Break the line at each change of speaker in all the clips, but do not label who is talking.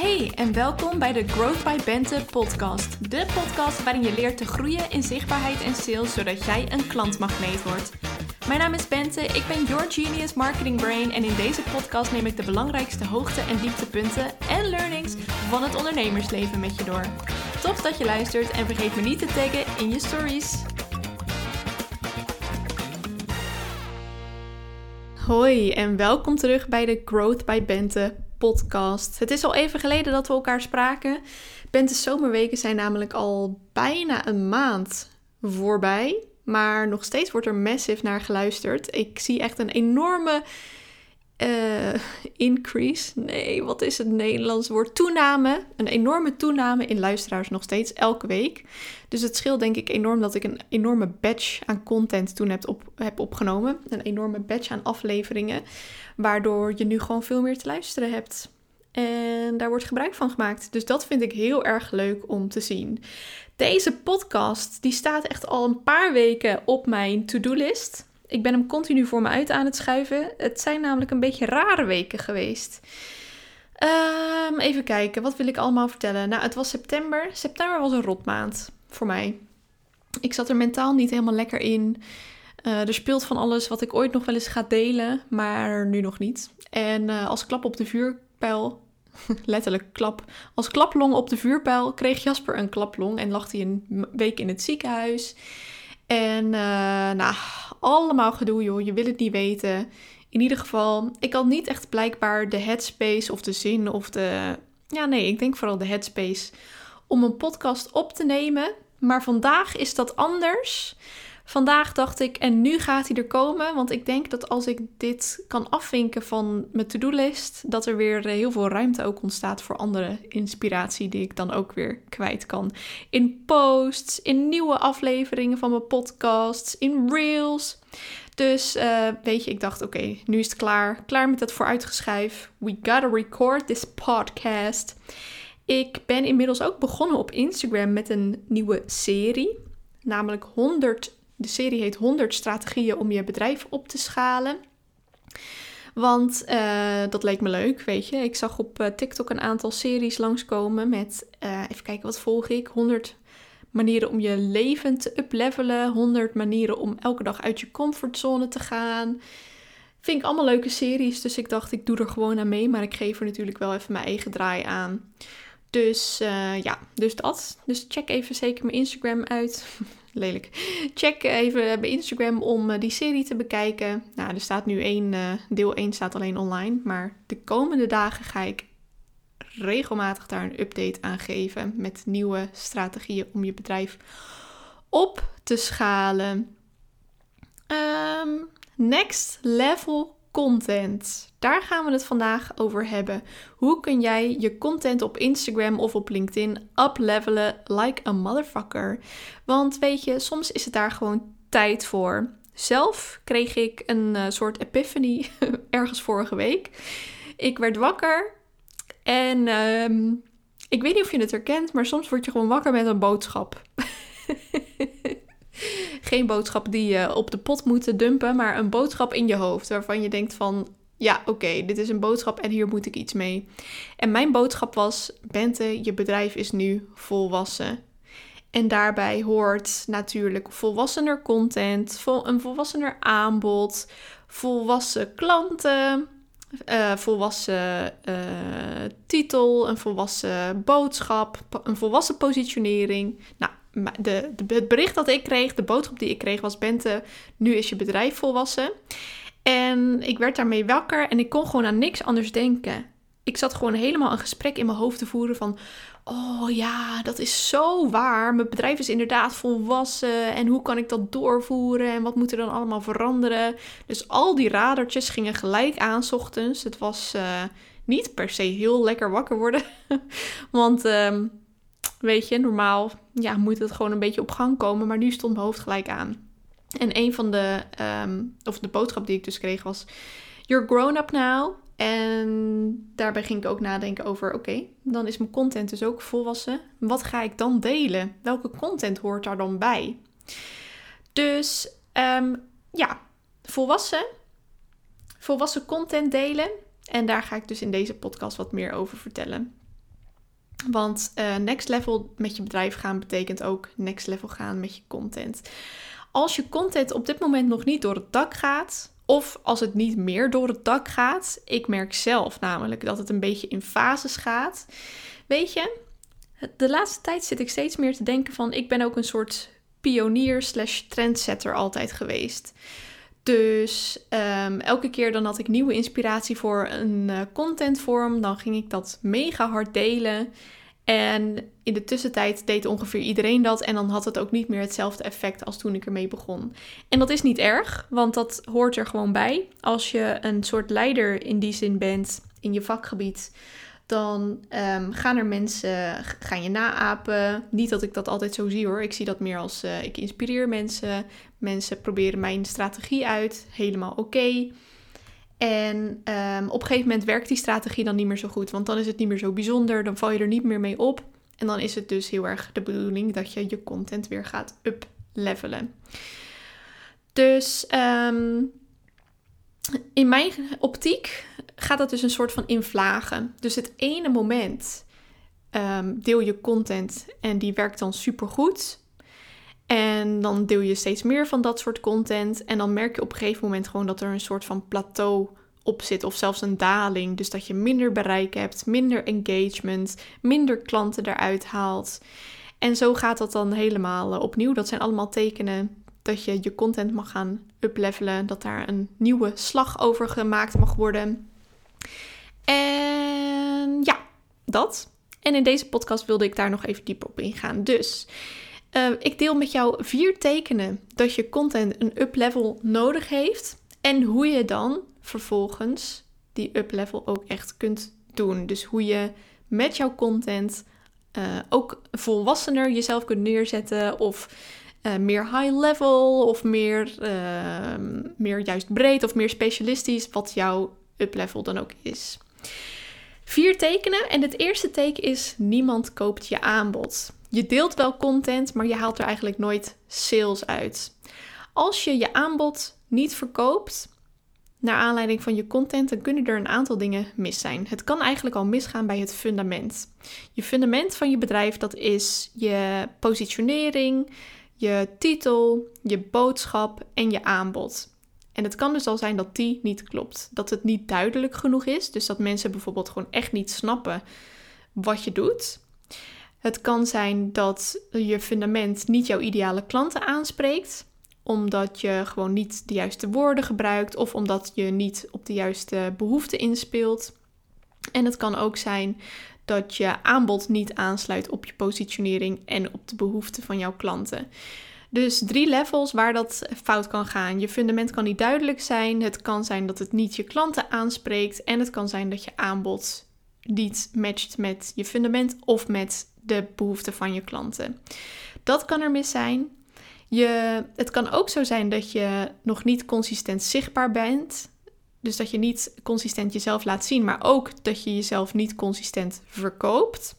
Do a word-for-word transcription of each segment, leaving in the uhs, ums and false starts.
Hey en welkom bij de Growth by Bente podcast. De podcast waarin je leert te groeien in zichtbaarheid en sales, zodat jij een klantmagneet wordt. Mijn naam is Bente, ik ben your genius marketing brain en in deze podcast neem ik de belangrijkste hoogte- en dieptepunten en learnings van het ondernemersleven met je door. Tof dat je luistert en vergeet me niet te taggen in je stories. Hoi en welkom terug bij de Growth by Bente podcast. Het is al even geleden dat we elkaar spraken. Bente's zomerweken zijn namelijk al bijna een maand voorbij. Maar nog steeds wordt er massive naar geluisterd. Ik zie echt een enorme uh, increase. Nee, wat is het Nederlands woord? Toename. Een enorme toename in luisteraars nog steeds elke week. Dus het scheelt denk ik enorm dat ik een enorme batch aan content toen heb, op, heb opgenomen. Een enorme batch aan afleveringen. Waardoor je nu gewoon veel meer te luisteren hebt. En daar wordt gebruik van gemaakt. Dus dat vind ik heel erg leuk om te zien. Deze podcast die staat echt al een paar weken op mijn to-do-list. Ik ben hem continu voor me uit aan het schuiven. Het zijn namelijk een beetje rare weken geweest. Um, even kijken, wat wil ik allemaal vertellen? Nou, het was september. September was een rotmaand voor mij. Ik zat er mentaal niet helemaal lekker in. Uh, er speelt van alles wat ik ooit nog wel eens ga delen, maar nu nog niet. En uh, als klap op de vuurpijl... letterlijk klap. Als klaplong op de vuurpijl kreeg Jasper een klaplong en lag hij een week in het ziekenhuis. En uh, nou, allemaal gedoe joh, je wil het niet weten. In ieder geval, ik had niet echt blijkbaar de headspace of de zin of de... Ja nee, ik denk vooral de headspace om een podcast op te nemen. Maar vandaag is dat anders. Vandaag dacht ik, en nu gaat hij er komen. Want ik denk dat als ik dit kan afvinken van mijn to-do-list, dat er weer heel veel ruimte ook ontstaat voor andere inspiratie die ik dan ook weer kwijt kan. In posts, in nieuwe afleveringen van mijn podcasts, in reels. Dus uh, weet je, ik dacht oké, okay, nu is het klaar. Klaar met het vooruitgeschrijf. We gotta record this podcast. Ik ben inmiddels ook begonnen op Instagram met een nieuwe serie. Namelijk honderd... De serie heet honderd strategieën om je bedrijf op te schalen. Want uh, dat leek me leuk, weet je. Ik zag op uh, TikTok een aantal series langskomen met... Uh, even kijken, wat volg ik? honderd manieren om je leven te uplevelen. honderd manieren om elke dag uit je comfortzone te gaan. Vind ik allemaal leuke series. Dus ik dacht, ik doe er gewoon aan mee. Maar ik geef er natuurlijk wel even mijn eigen draai aan. Dus uh, ja, dus dat. Dus check even zeker mijn Instagram uit. Lelijk. Check even mijn Instagram om uh, die serie te bekijken. Nou, er staat nu één, uh, deel één staat alleen online. Maar de komende dagen ga ik regelmatig daar een update aan geven. Met nieuwe strategieën om je bedrijf op te schalen. Um, next level content. Daar gaan we het vandaag over hebben. Hoe kun jij je content op Instagram of op LinkedIn uplevelen like a motherfucker? Want weet je, soms is het daar gewoon tijd voor. Zelf kreeg ik een uh, soort epiphany ergens vorige week. Ik werd wakker en um, ik weet niet of je het herkent, maar soms word je gewoon wakker met een boodschap. Geen boodschap die je op de pot moet dumpen, maar een boodschap in je hoofd waarvan je denkt van... Ja, oké, okay, dit is een boodschap en hier moet ik iets mee. En mijn boodschap was, Bente, je bedrijf is nu volwassen. En daarbij hoort natuurlijk volwassener content, vol, een volwassener aanbod, volwassen klanten, uh, volwassen uh, titel, een volwassen boodschap, een volwassen positionering. Nou, de, de, het bericht dat ik kreeg, de boodschap die ik kreeg was, Bente, nu is je bedrijf volwassen. En ik werd daarmee wakker en ik kon gewoon aan niks anders denken. Ik zat gewoon helemaal een gesprek in mijn hoofd te voeren van... Oh ja, dat is zo waar. Mijn bedrijf is inderdaad volwassen. En hoe kan ik dat doorvoeren? En wat moet er dan allemaal veranderen? Dus al die radertjes gingen gelijk aan 's ochtends. Het was uh, niet per se heel lekker wakker worden. Want uh, weet je, normaal ja, moet het gewoon een beetje op gang komen. Maar nu stond mijn hoofd gelijk aan. En een van de, um, of de boodschap die ik dus kreeg was... You're grown up now. En daarbij ging ik ook nadenken over... Oké, okay, dan is mijn content dus ook volwassen. Wat ga ik dan delen? Welke content hoort daar dan bij? Dus um, ja, volwassen. Volwassen content delen. En daar ga ik dus in deze podcast wat meer over vertellen. Want uh, next level met je bedrijf gaan betekent ook next level gaan met je content. Als je content op dit moment nog niet door het dak gaat, of als het niet meer door het dak gaat, ik merk zelf namelijk dat het een beetje in fases gaat. Weet je, de laatste tijd zit ik steeds meer te denken van, ik ben ook een soort pionier slash trendsetter altijd geweest. Dus um, elke keer dan had ik nieuwe inspiratie voor een uh, contentvorm, dan ging ik dat mega hard delen. En in de tussentijd deed ongeveer iedereen dat en dan had het ook niet meer hetzelfde effect als toen ik ermee begon. En dat is niet erg, want dat hoort er gewoon bij. Als je een soort leider in die zin bent in je vakgebied, dan um, gaan er mensen, gaan je naapen. Niet dat ik dat altijd zo zie hoor, ik zie dat meer als uh, ik inspireer mensen. Mensen proberen mijn strategie uit, helemaal oké. Okay. En um, op een gegeven moment werkt die strategie dan niet meer zo goed. Want dan is het niet meer zo bijzonder. Dan val je er niet meer mee op. En dan is het dus heel erg de bedoeling dat je je content weer gaat uplevelen. Dus um, in mijn optiek gaat dat dus een soort van in vlagen. Dus het ene moment um, deel je content en die werkt dan supergoed. En dan deel je steeds meer van dat soort content. En dan merk je op een gegeven moment gewoon dat er een soort van plateau op zit. Of zelfs een daling. Dus dat je minder bereik hebt, minder engagement, minder klanten eruit haalt. En zo gaat dat dan helemaal opnieuw. Dat zijn allemaal tekenen dat je je content mag gaan uplevelen. Dat daar een nieuwe slag over gemaakt mag worden. En ja, dat. En in deze podcast wilde ik daar nog even dieper op ingaan. Dus Uh, ik deel met jou vier tekenen dat je content een uplevel nodig heeft. En hoe je dan vervolgens die uplevel ook echt kunt doen. Dus hoe je met jouw content uh, ook volwassener jezelf kunt neerzetten. Of uh, meer high level of meer, uh, meer juist breed of meer specialistisch. Wat jouw uplevel dan ook is. Vier tekenen en het eerste teken is niemand koopt je aanbod. Je deelt wel content, maar je haalt er eigenlijk nooit sales uit. Als je je aanbod niet verkoopt, naar aanleiding van je content, dan kunnen er een aantal dingen mis zijn. Het kan eigenlijk al misgaan bij het fundament. Je fundament van je bedrijf, dat is je positionering, je titel, je boodschap en je aanbod. En het kan dus al zijn dat die niet klopt. Dat het niet duidelijk genoeg is. Dus dat mensen bijvoorbeeld gewoon echt niet snappen wat je doet. Het kan zijn dat je fundament niet jouw ideale klanten aanspreekt. Omdat je gewoon niet de juiste woorden gebruikt. Of omdat je niet op de juiste behoeften inspeelt. En het kan ook zijn dat je aanbod niet aansluit op je positionering en op de behoeften van jouw klanten. Dus drie levels waar dat fout kan gaan. Je fundament kan niet duidelijk zijn. Het kan zijn dat het niet je klanten aanspreekt. En het kan zijn dat je aanbod niet matcht met je fundament of met de behoeften van je klanten. Dat kan er mis zijn. Je, het kan ook zo zijn dat je nog niet consistent zichtbaar bent. Dus dat je niet consistent jezelf laat zien, maar ook dat je jezelf niet consistent verkoopt.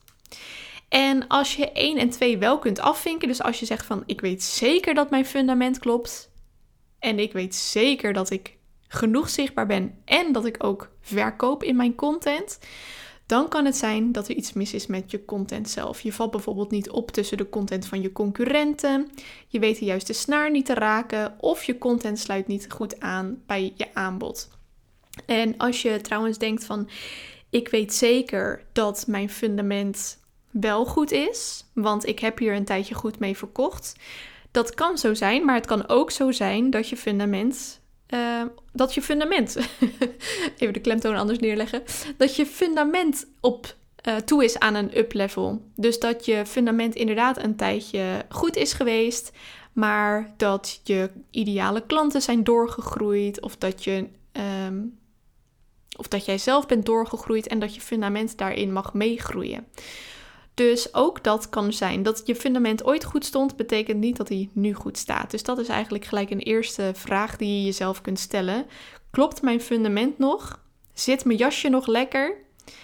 En als je één en twee wel kunt afvinken, dus als je zegt van ik weet zeker dat mijn fundament klopt en ik weet zeker dat ik genoeg zichtbaar ben en dat ik ook verkoop in mijn content, dan kan het zijn dat er iets mis is met je content zelf. Je valt bijvoorbeeld niet op tussen de content van je concurrenten, je weet de juiste snaar niet te raken of je content sluit niet goed aan bij je aanbod. En als je trouwens denkt van ik weet zeker dat mijn fundament wel goed is, want ik heb hier een tijdje goed mee verkocht. Dat kan zo zijn, maar het kan ook zo zijn dat je fundament, uh, dat je fundament, even de klemtoon anders neerleggen, dat je fundament op uh, toe is aan een uplevel. Dus dat je fundament inderdaad een tijdje goed is geweest, maar dat je ideale klanten zijn doorgegroeid of dat je um, of dat jij zelf bent doorgegroeid en dat je fundament daarin mag meegroeien. Dus ook dat kan zijn. Dat je fundament ooit goed stond, betekent niet dat hij nu goed staat. Dus dat is eigenlijk gelijk een eerste vraag die je jezelf kunt stellen. Klopt mijn fundament nog? Zit mijn jasje nog lekker?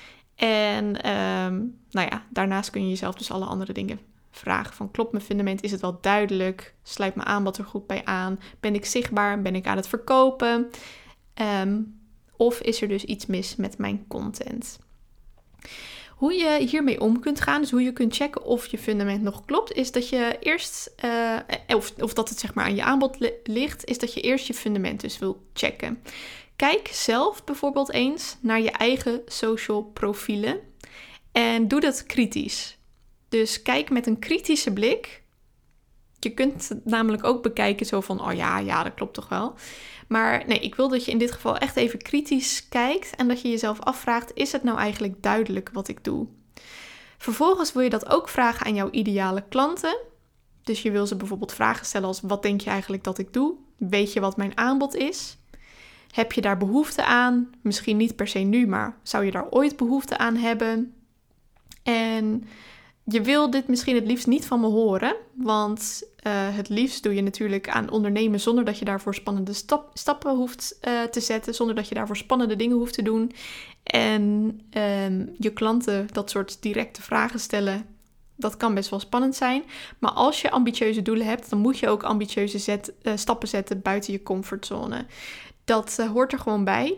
En um, nou ja, daarnaast kun je jezelf dus alle andere dingen vragen. Van klopt mijn fundament? Is het wel duidelijk? Sluit mijn aanbod er goed bij aan? Ben ik zichtbaar? Ben ik aan het verkopen? Um, of is er dus iets mis met mijn content? Hoe je hiermee om kunt gaan, dus hoe je kunt checken of je fundament nog klopt, is dat je eerst, uh, of, of dat het zeg maar aan je aanbod li- ligt, is dat je eerst je fundament dus wil checken. Kijk zelf bijvoorbeeld eens naar je eigen social profielen en doe dat kritisch. Dus kijk met een kritische blik. Je kunt het namelijk ook bekijken zo van, oh ja, ja, dat klopt toch wel. Maar nee, ik wil dat je in dit geval echt even kritisch kijkt en dat je jezelf afvraagt, is het nou eigenlijk duidelijk wat ik doe? Vervolgens wil je dat ook vragen aan jouw ideale klanten. Dus je wil ze bijvoorbeeld vragen stellen als, wat denk je eigenlijk dat ik doe? Weet je wat mijn aanbod is? Heb je daar behoefte aan? Misschien niet per se nu, maar zou je daar ooit behoefte aan hebben? En je wil dit misschien het liefst niet van me horen, want uh, het liefst doe je natuurlijk aan ondernemen zonder dat je daarvoor spannende stap, stappen hoeft uh, te zetten, zonder dat je daarvoor spannende dingen hoeft te doen. En um, je klanten dat soort directe vragen stellen, dat kan best wel spannend zijn. Maar als je ambitieuze doelen hebt, dan moet je ook ambitieuze zet, uh, stappen zetten buiten je comfortzone. Dat uh, hoort er gewoon bij.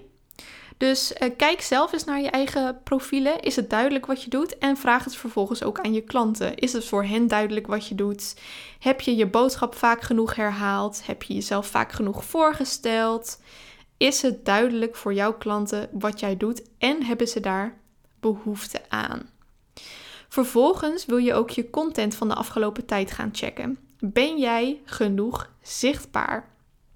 Dus uh, kijk zelf eens naar je eigen profielen. Is het duidelijk wat je doet? En vraag het vervolgens ook aan je klanten. Is het voor hen duidelijk wat je doet? Heb je je boodschap vaak genoeg herhaald? Heb je jezelf vaak genoeg voorgesteld? Is het duidelijk voor jouw klanten wat jij doet? En hebben ze daar behoefte aan? Vervolgens wil je ook je content van de afgelopen tijd gaan checken. Ben jij genoeg zichtbaar?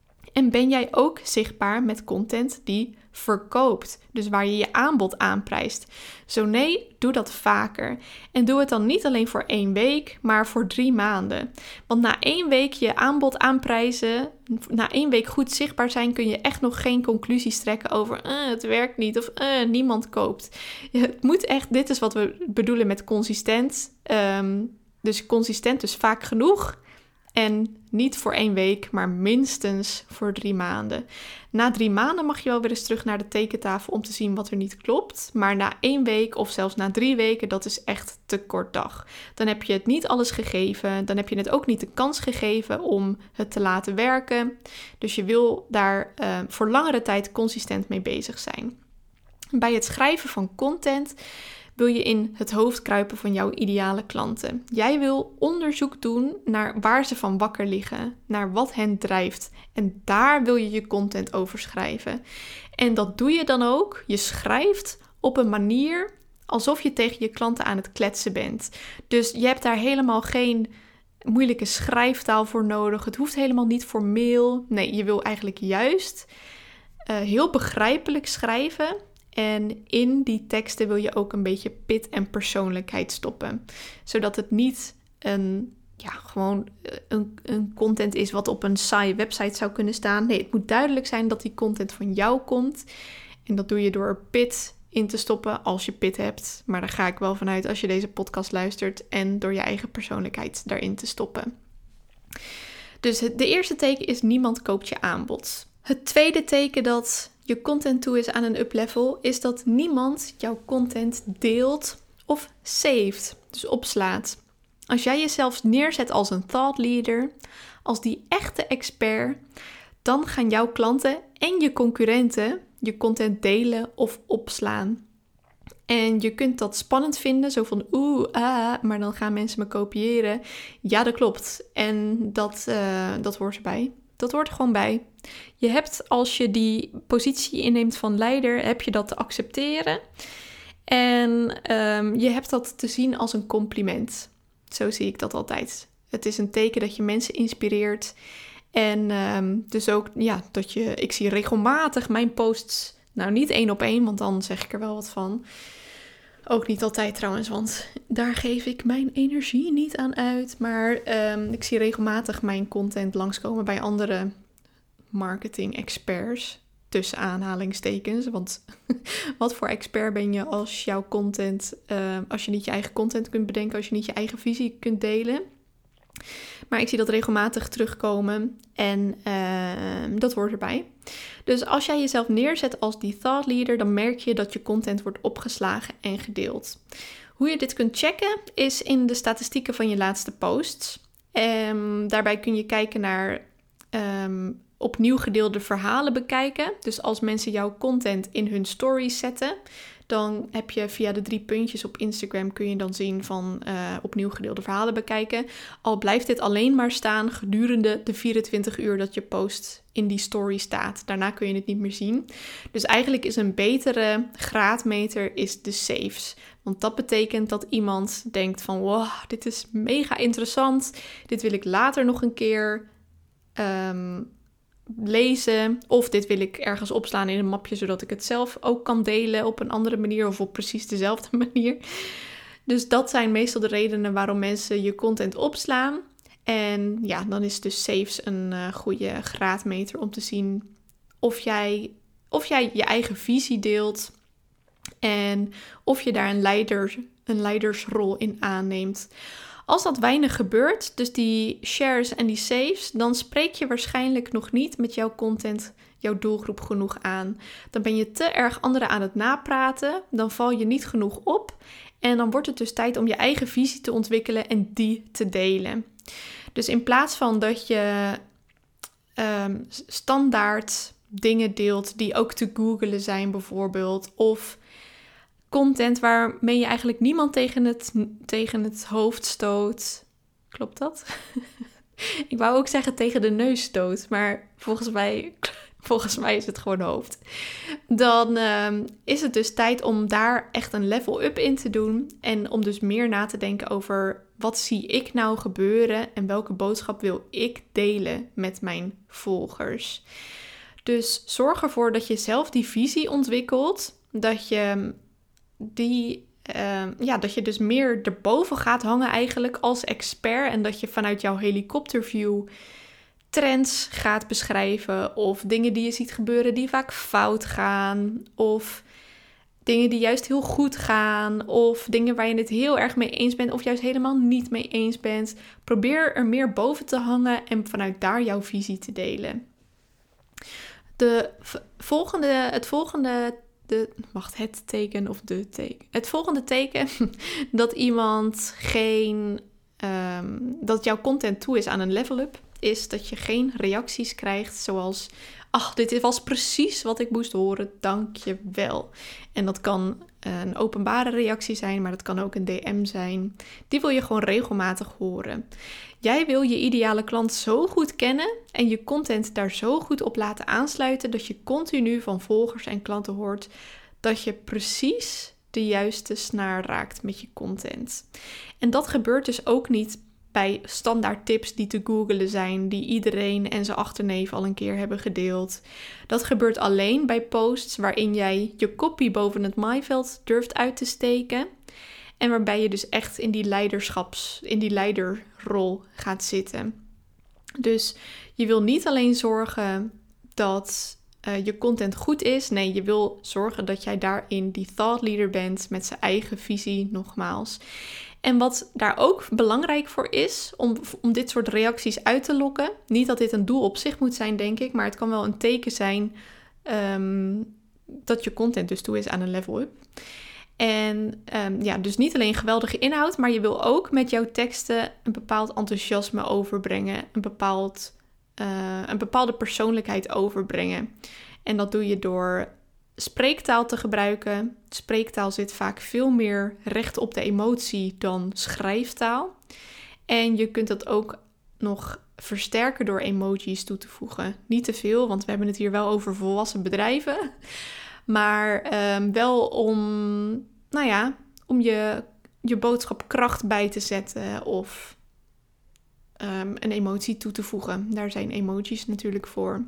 En ben jij ook zichtbaar met content die verkoopt? Dus waar je je aanbod aanprijst. Zo nee, doe dat vaker. En doe het dan niet alleen voor één week, maar voor drie maanden. Want na één week je aanbod aanprijzen, na één week goed zichtbaar zijn, kun je echt nog geen conclusies trekken over uh, het werkt niet of uh, niemand koopt. Het moet echt, dit is wat we bedoelen met consistent. Um, dus consistent, dus vaak genoeg. En niet voor één week, maar minstens voor drie maanden. Na drie maanden mag je wel weer eens terug naar de tekentafel om te zien wat er niet klopt. Maar na één week of zelfs na drie weken, dat is echt te kort dag. Dan heb je het niet alles gegeven. Dan heb je het ook niet de kans gegeven om het te laten werken. Dus je wil daar uh, voor langere tijd consistent mee bezig zijn. Bij het schrijven van content wil je in het hoofd kruipen van jouw ideale klanten. Jij wil onderzoek doen naar waar ze van wakker liggen, naar wat hen drijft. En daar wil je je content over schrijven. En dat doe je dan ook. Je schrijft op een manier alsof je tegen je klanten aan het kletsen bent. Dus je hebt daar helemaal geen moeilijke schrijftaal voor nodig. Het hoeft helemaal niet formeel. Nee, je wil eigenlijk juist uh, heel begrijpelijk schrijven. En in die teksten wil je ook een beetje pit en persoonlijkheid stoppen. Zodat het niet een, ja, gewoon een, een content is wat op een saaie website zou kunnen staan. Nee, het moet duidelijk zijn dat die content van jou komt. En dat doe je door er pit in te stoppen als je pit hebt. Maar daar ga ik wel vanuit als je deze podcast luistert. En door je eigen persoonlijkheid daarin te stoppen. Dus het, de eerste teken is niemand koopt je aanbod. Het tweede teken dat je content toe is aan een up-level, is dat niemand jouw content deelt of saved, dus opslaat. Als jij jezelf neerzet als een thought leader, als die echte expert, dan gaan jouw klanten en je concurrenten je content delen of opslaan. En je kunt dat spannend vinden, zo van oeh, ah, maar dan gaan mensen me kopiëren. Ja, dat klopt. En dat, uh, dat hoort erbij. Dat hoort er gewoon bij. Je hebt, als je die positie inneemt van leider, heb je dat te accepteren. En um, je hebt dat te zien als een compliment. Zo zie ik dat altijd. Het is een teken dat je mensen inspireert. En um, dus ook, ja, dat je... Ik zie regelmatig mijn posts, nou niet één op één, want dan zeg ik er wel wat van. Ook niet altijd trouwens, want daar geef ik mijn energie niet aan uit. Maar um, ik zie regelmatig mijn content langskomen bij andere marketing-experts. Tussen aanhalingstekens. Want wat voor expert ben je als jouw content... Uh, als je niet je eigen content kunt bedenken, als je niet je eigen visie kunt delen. Maar ik zie dat regelmatig terugkomen en uh, dat hoort erbij. Dus als jij jezelf neerzet als die thought leader, dan merk je dat je content wordt opgeslagen en gedeeld. Hoe je dit kunt checken is in de statistieken van je laatste posts. Um, daarbij kun je kijken naar um, opnieuw gedeelde verhalen bekijken. Dus als mensen jouw content in hun stories zetten, Dan heb je via de drie puntjes op Instagram kun je dan zien van uh, opnieuw gedeelde verhalen bekijken. Al blijft dit alleen maar staan gedurende de vierentwintig uur dat je post in die story staat. Daarna kun je het niet meer zien. Dus eigenlijk is een betere graadmeter is de saves. Want dat betekent dat iemand denkt van wow, dit is mega interessant. Dit wil ik later nog een keer um, lezen. Of dit wil ik ergens opslaan in een mapje, zodat ik het zelf ook kan delen op een andere manier of op precies dezelfde manier. Dus dat zijn meestal de redenen waarom mensen je content opslaan. En ja, dan is dus saves een uh, goede graadmeter om te zien of jij, of jij je eigen visie deelt en of je daar een, leider, een leidersrol in aanneemt. Als dat weinig gebeurt, dus die shares en die saves, dan spreek je waarschijnlijk nog niet met jouw content jouw doelgroep genoeg aan. Dan ben je te erg anderen aan het napraten, dan val je niet genoeg op en dan wordt het dus tijd om je eigen visie te ontwikkelen en die te delen. Dus in plaats van dat je um, standaard dingen deelt die ook te googlen zijn bijvoorbeeld, of content waarmee je eigenlijk niemand tegen het, tegen het hoofd stoot. Klopt dat? Ik wou ook zeggen tegen de neus stoot, maar volgens mij, volgens mij is het gewoon hoofd. Dan um, is het dus tijd om daar echt een level up in te doen en om dus meer na te denken over wat zie ik nou gebeuren en welke boodschap wil ik delen met mijn volgers. Dus zorg ervoor dat je zelf die visie ontwikkelt, dat je die, uh, ja, dat je dus meer erboven gaat hangen eigenlijk als expert en dat je vanuit jouw helikopterview trends gaat beschrijven of dingen die je ziet gebeuren die vaak fout gaan of dingen die juist heel goed gaan of dingen waar je het heel erg mee eens bent of juist helemaal niet mee eens bent. Probeer er meer boven te hangen en vanuit daar jouw visie te delen. De v- volgende, het volgende, de, wacht, het teken of de teken. Het volgende teken dat iemand geen, um, dat jouw content toe is aan een level up, is dat je geen reacties krijgt zoals, ach, dit was precies wat ik moest horen, dank je wel. En dat kan een openbare reactie zijn, maar dat kan ook een D M zijn. Die wil je gewoon regelmatig horen. Jij wil je ideale klant zo goed kennen en je content daar zo goed op laten aansluiten dat je continu van volgers en klanten hoort dat je precies de juiste snaar raakt met je content. En dat gebeurt dus ook niet bij standaard tips die te googlen zijn, die iedereen en zijn achterneef al een keer hebben gedeeld. Dat gebeurt alleen bij posts waarin jij je kopie boven het maaiveld durft uit te steken. En waarbij je dus echt in die leiderschaps, in die leiderrol gaat zitten. Dus je wil niet alleen zorgen dat uh, je content goed is. Nee, je wil zorgen dat jij daarin die thought leader bent met zijn eigen visie, nogmaals. En wat daar ook belangrijk voor is, om, om dit soort reacties uit te lokken. Niet dat dit een doel op zich moet zijn, denk ik. Maar het kan wel een teken zijn um, dat je content dus toe is aan een level up. En um, ja, dus niet alleen geweldige inhoud, maar je wil ook met jouw teksten een bepaald enthousiasme overbrengen. Een, bepaald, uh, een bepaalde persoonlijkheid overbrengen. En dat doe je door spreektaal te gebruiken. Spreektaal zit vaak veel meer recht op de emotie dan schrijftaal. En je kunt dat ook nog versterken door emojis toe te voegen. Niet te veel, want we hebben het hier wel over volwassen bedrijven. Maar um, wel om, nou ja, om je, je boodschap kracht bij te zetten of um, een emotie toe te voegen. Daar zijn emojis natuurlijk voor.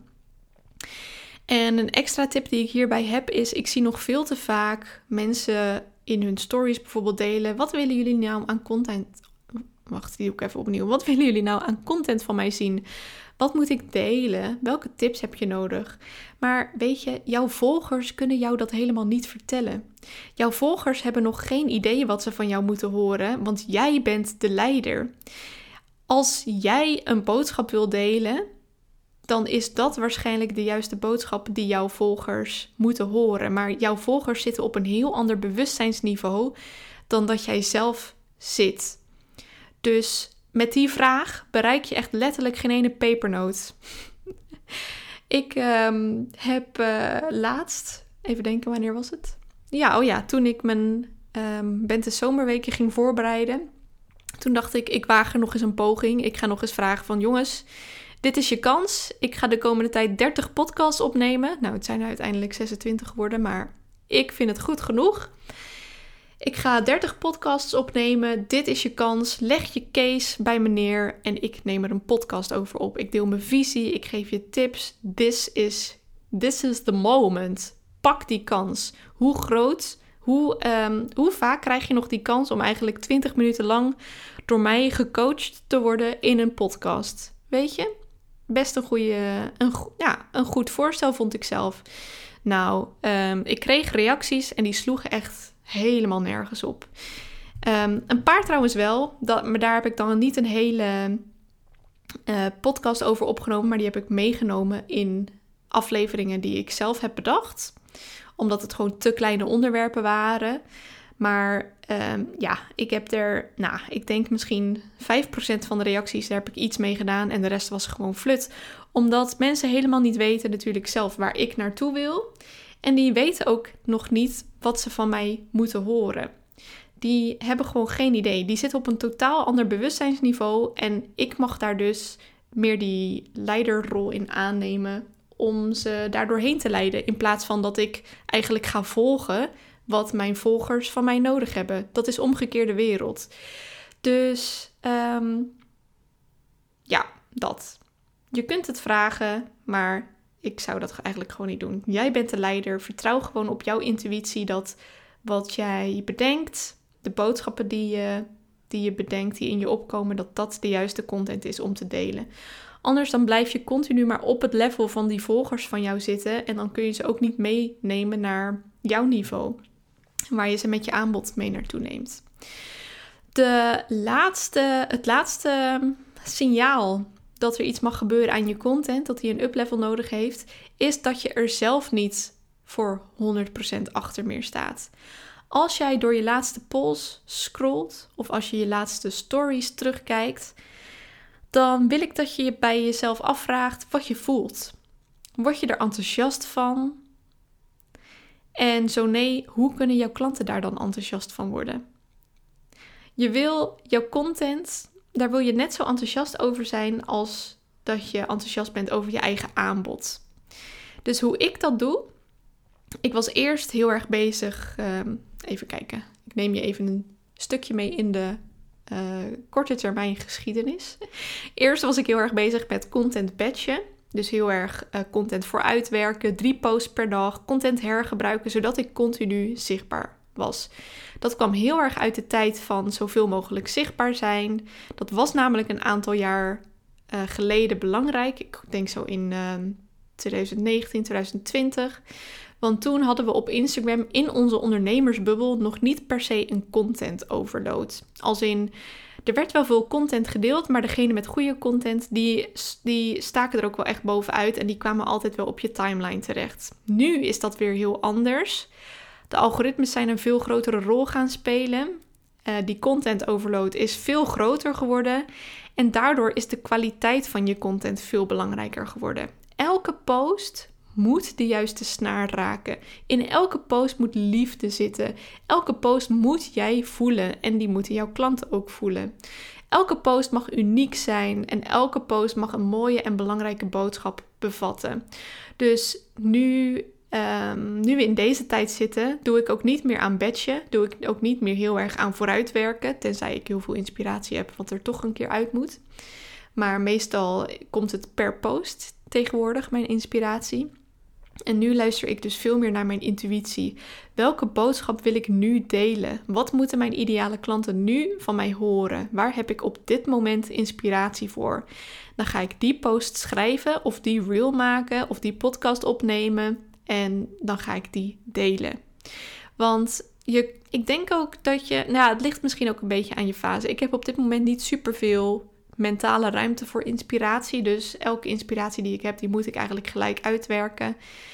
En een extra tip die ik hierbij heb is, ik zie nog veel te vaak mensen in hun stories bijvoorbeeld delen. Wat willen jullie nou aan content? Wacht, die doe ik even opnieuw. Wat willen jullie nou aan content van mij zien? Wat moet ik delen? Welke tips heb je nodig? Maar weet je, jouw volgers kunnen jou dat helemaal niet vertellen. Jouw volgers hebben nog geen idee wat ze van jou moeten horen, want jij bent de leider. Als jij een boodschap wil delen, dan is dat waarschijnlijk de juiste boodschap die jouw volgers moeten horen. Maar jouw volgers zitten op een heel ander bewustzijnsniveau dan dat jij zelf zit. Dus met die vraag bereik je echt letterlijk geen ene pepernoot. Ik um, heb uh, laatst, even denken, wanneer was het? ja, oh ja, toen ik mijn um, Bente Zomerweken ging voorbereiden, toen dacht ik, ik waag er nog eens een poging. Ik ga nog eens vragen van jongens, dit is je kans. Ik ga de komende tijd dertig podcasts opnemen. Nou, het zijn er uiteindelijk zesentwintig geworden, maar ik vind het goed genoeg. Ik ga dertig podcasts opnemen. Dit is je kans. Leg je case bij me neer en ik neem er een podcast over op. Ik deel mijn visie. Ik geef je tips. This is, this is the moment. Pak die kans. Hoe groot, hoe, um, hoe vaak krijg je nog die kans om eigenlijk twintig minuten lang door mij gecoacht te worden in een podcast? Weet je? Best een, goede, een, ja, een goed voorstel vond ik zelf. Nou, um, ik kreeg reacties en die sloegen echt helemaal nergens op. Um, een paar trouwens wel, dat, maar daar heb ik dan niet een hele uh, podcast over opgenomen, maar die heb ik meegenomen in afleveringen die ik zelf heb bedacht, omdat het gewoon te kleine onderwerpen waren. Maar um, ja, ik heb er, nou, ik denk misschien vijf procent van de reacties, daar heb ik iets mee gedaan en de rest was gewoon flut. Omdat mensen helemaal niet weten natuurlijk zelf waar ik naartoe wil. En die weten ook nog niet wat ze van mij moeten horen. Die hebben gewoon geen idee. Die zitten op een totaal ander bewustzijnsniveau. En ik mag daar dus meer die leiderrol in aannemen om ze daardoor heen te leiden. In plaats van dat ik eigenlijk ga volgen wat mijn volgers van mij nodig hebben. Dat is omgekeerde wereld. Dus um, ja, dat. Je kunt het vragen, maar ik zou dat eigenlijk gewoon niet doen. Jij bent de leider. Vertrouw gewoon op jouw intuïtie dat wat jij bedenkt, de boodschappen die je, die je bedenkt, die in je opkomen, dat dat de juiste content is om te delen. Anders dan blijf je continu maar op het level van die volgers van jou zitten en dan kun je ze ook niet meenemen naar jouw niveau, waar je ze met je aanbod mee naartoe neemt. De laatste, het laatste signaal dat er iets mag gebeuren aan je content, dat die een uplevel nodig heeft, is dat je er zelf niet voor honderd procent achter meer staat. Als jij door je laatste polls scrolt, of als je je laatste stories terugkijkt, dan wil ik dat je je bij jezelf afvraagt wat je voelt. Word je er enthousiast van? En zo nee, hoe kunnen jouw klanten daar dan enthousiast van worden? Je wil jouw content, daar wil je net zo enthousiast over zijn als dat je enthousiast bent over je eigen aanbod. Dus hoe ik dat doe, ik was eerst heel erg bezig, um, even kijken, ik neem je even een stukje mee in de uh, korte termijn geschiedenis. Eerst was ik heel erg bezig met content batchen, dus heel erg uh, content vooruitwerken, drie posts per dag, content hergebruiken, zodat ik continu zichtbaar was. Dat kwam heel erg uit de tijd van zoveel mogelijk zichtbaar zijn. Dat was namelijk een aantal jaar uh, geleden belangrijk. Ik denk zo in uh, twintig negentien, twintig twintig. Want toen hadden we op Instagram in onze ondernemersbubbel nog niet per se een content overload. Als in, er werd wel veel content gedeeld, maar degene met goede content, die, die staken er ook wel echt bovenuit en die kwamen altijd wel op je timeline terecht. Nu is dat weer heel anders. De algoritmes zijn een veel grotere rol gaan spelen. Uh, die content overload is veel groter geworden. En daardoor is de kwaliteit van je content veel belangrijker geworden. Elke post moet de juiste snaar raken. In elke post moet liefde zitten. Elke post moet jij voelen. En die moeten jouw klanten ook voelen. Elke post mag uniek zijn. En elke post mag een mooie en belangrijke boodschap bevatten. Dus nu... Um, nu we in deze tijd zitten, doe ik ook niet meer aan batchen. Doe ik ook niet meer heel erg aan vooruitwerken. Tenzij ik heel veel inspiratie heb, wat er toch een keer uit moet. Maar meestal komt het per post tegenwoordig, mijn inspiratie. En nu luister ik dus veel meer naar mijn intuïtie. Welke boodschap wil ik nu delen? Wat moeten mijn ideale klanten nu van mij horen? Waar heb ik op dit moment inspiratie voor? Dan ga ik die post schrijven of die reel maken of die podcast opnemen. En dan ga ik die delen. Want je, ik denk ook dat je... Nou, het ligt misschien ook een beetje aan je fase. Ik heb op dit moment niet superveel mentale ruimte voor inspiratie. Dus elke inspiratie die ik heb, die moet ik eigenlijk gelijk uitwerken.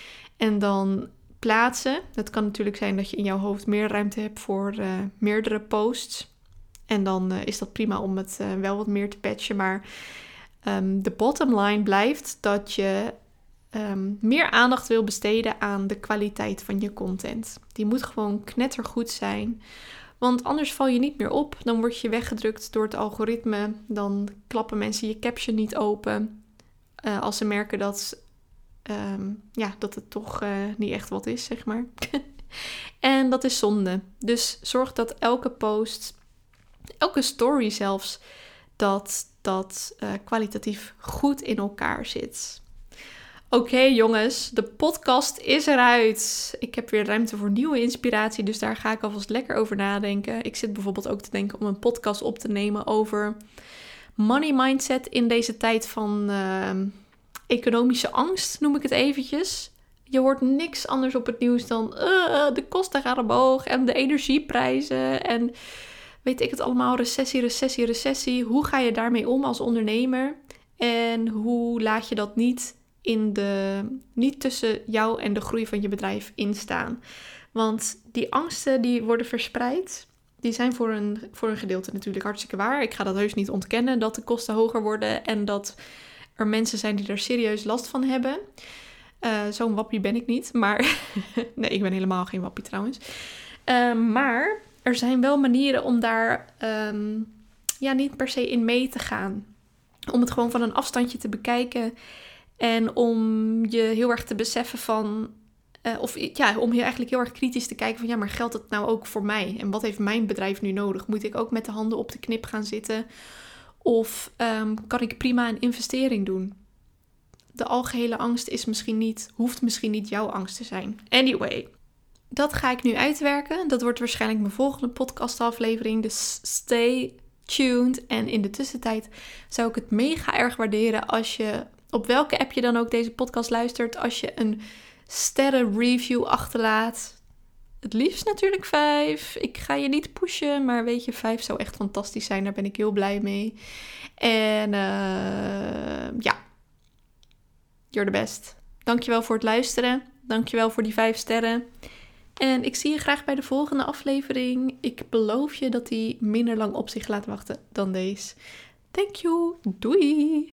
En dan plaatsen. Het kan natuurlijk zijn dat je in jouw hoofd meer ruimte hebt voor uh, meerdere posts. En dan uh, is dat prima om het uh, wel wat meer te patchen. Maar um, de bottom line blijft dat je... um, meer aandacht wil besteden aan de kwaliteit van je content. Die moet gewoon knettergoed zijn. Want anders val je niet meer op. Dan word je weggedrukt door het algoritme. Dan klappen mensen je caption niet open. Uh, als ze merken dat, um, ja, dat het toch uh, niet echt wat is, zeg maar. En dat is zonde. Dus zorg dat elke post, elke story zelfs, dat dat uh, kwalitatief goed in elkaar zit. Oké okay, jongens, de podcast is eruit. Ik heb weer ruimte voor nieuwe inspiratie, dus daar ga ik alvast lekker over nadenken. Ik zit bijvoorbeeld ook te denken om een podcast op te nemen over money mindset in deze tijd van uh, economische angst, noem ik het eventjes. Je hoort niks anders op het nieuws dan uh, de kosten gaan omhoog en de energieprijzen en weet ik het allemaal, recessie, recessie, recessie. Hoe ga je daarmee om als ondernemer en hoe laat je dat niet in de, niet tussen jou en de groei van je bedrijf instaan. Want die angsten die worden verspreid, die zijn voor een, voor een gedeelte natuurlijk hartstikke waar. Ik ga dat heus niet ontkennen, dat de kosten hoger worden en dat er mensen zijn die er serieus last van hebben. Uh, zo'n wappie ben ik niet, maar nee, ik ben helemaal geen wappie trouwens. Uh, maar er zijn wel manieren om daar um, ja, niet per se in mee te gaan. Om het gewoon van een afstandje te bekijken. En om je heel erg te beseffen van, uh, of ja, om je eigenlijk heel erg kritisch te kijken van, ja, maar geldt het nou ook voor mij? En wat heeft mijn bedrijf nu nodig? Moet ik ook met de handen op de knip gaan zitten? Of um, kan ik prima een investering doen? De algehele angst is misschien niet, hoeft misschien niet jouw angst te zijn. Anyway, dat ga ik nu uitwerken. Dat wordt waarschijnlijk mijn volgende podcastaflevering. Dus stay tuned. En in de tussentijd zou ik het mega erg waarderen als je, op welke app je dan ook deze podcast luistert, als je een sterrenreview achterlaat. Het liefst natuurlijk vijf. Ik ga je niet pushen, maar weet je, vijf zou echt fantastisch zijn. Daar ben ik heel blij mee. En uh, ja, you're the best. Dankjewel voor het luisteren. Dankjewel voor die vijf sterren. En ik zie je graag bij de volgende aflevering. Ik beloof je dat die minder lang op zich laat wachten dan deze. Thank you. Doei!